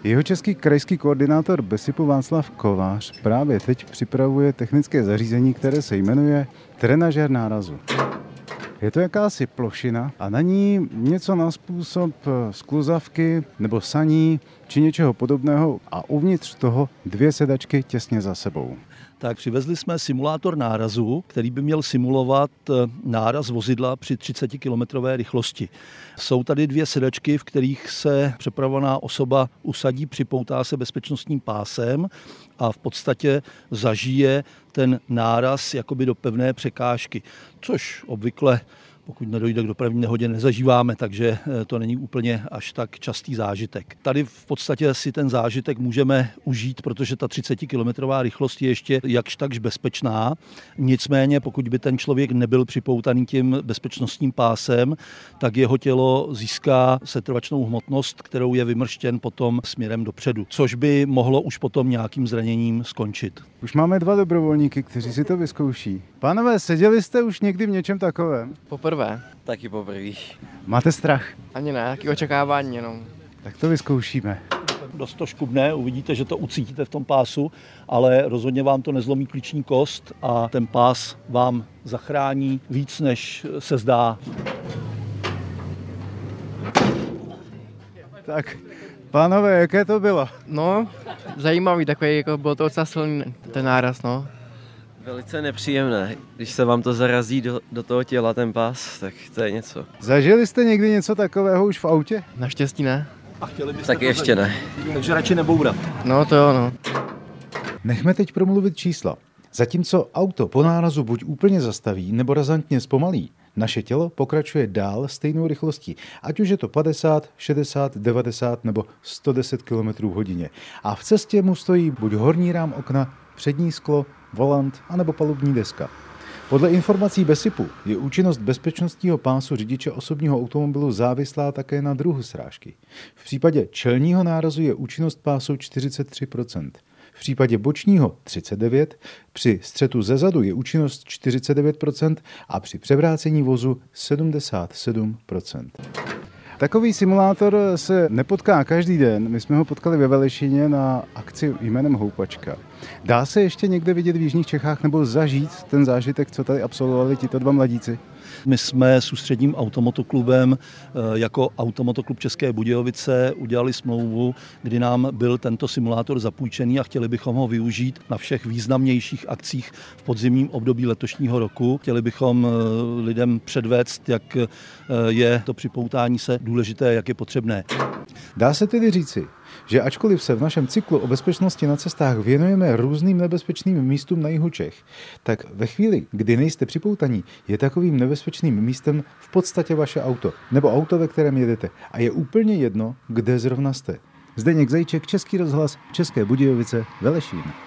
Jihočeský krajský koordinátor BESIPu Václav Kovář právě teď připravuje technické zařízení, které se jmenuje trenažér nárazu. Je to jakási plošina a na ní něco na způsob skluzavky nebo saní či něčeho podobného a uvnitř toho 2 sedačky těsně za sebou. Tak přivezli jsme simulátor nárazu, který by měl simulovat náraz vozidla při 30 km rychlosti. Jsou tady 2 sedačky, v kterých se přepravovaná osoba usadí, připoutá se bezpečnostním pásem a v podstatě zažije ten náraz jakoby do pevné překážky, což obvykle, pokud nedojde k dopravní nehodě, nezažíváme, takže to není úplně až tak častý zážitek. Tady v podstatě si ten zážitek můžeme užít, protože ta 30-kilometrová rychlost je ještě jakž takž bezpečná. Nicméně, pokud by ten člověk nebyl připoutaný tím bezpečnostním pásem, tak jeho tělo získá setrvačnou hmotnost, kterou je vymrštěn potom směrem dopředu, což by mohlo už potom nějakým zraněním skončit. Už máme 2 dobrovolníky, kteří si to vyzkouší. Pánové, seděli jste už někdy v něčem takovém? Poprvé. Taky poprvé. Máte strach? Ani ne, taky očekávání jenom. Tak to vyzkoušíme. Dost to škubne, uvidíte, že to ucítíte v tom pásu, ale rozhodně vám to nezlomí klíční kost a ten pás vám zachrání víc, než se zdá. Tak, pánové, jaké to bylo? No, zajímavý, takový, jako bylo to docela silný ten náraz, no. Velice nepříjemné. Když se vám to zarazí do toho těla, ten pás, tak to je něco. Zažili jste někdy něco takového už v autě? Naštěstí ne. A chtěli byste Tak ještě ne. Takže radši nebourat. No to jo, no. Nechme teď promluvit čísla. Zatímco auto po nárazu buď úplně zastaví, nebo razantně zpomalí, naše tělo pokračuje dál stejnou rychlostí, ať už je to 50, 60, 90 nebo 110 km hodině. A v cestě mu stojí buď horní rám okna, přední sklo, volant anebo palubní deska. Podle informací BESIPu je účinnost bezpečnostního pásu řidiče osobního automobilu závislá také na druhu srážky. V případě čelního nárazu je účinnost pásu 43%. V případě bočního 39%, při střetu zezadu je účinnost 49% a při převrácení vozu 77%. Takový simulátor se nepotká každý den. My jsme ho potkali ve Velešině na akci jménem Houpačka. Dá se ještě někde vidět v jižních Čechách nebo zažít ten zážitek, co tady absolvovali tito 2 mladíci? My jsme s Ústředním automotoklubem jako Automotoklub České Budějovice udělali smlouvu, kdy nám byl tento simulátor zapůjčený a chtěli bychom ho využít na všech významnějších akcích v podzimním období letošního roku. Chtěli bychom lidem předvést, jak je to připoutání se důležité, jak je potřebné. Dá se tedy říci, že ačkoliv se v našem cyklu o bezpečnosti na cestách věnujeme různým nebezpečným místům na jihu Čech, tak ve chvíli, kdy nejste připoutaní, je takovým nebezpečným místem v podstatě vaše auto nebo auto, ve kterém jedete. A je úplně jedno, kde zrovna jste. Zdeněk Zajíček, Český rozhlas, České Budějovice, Velešín.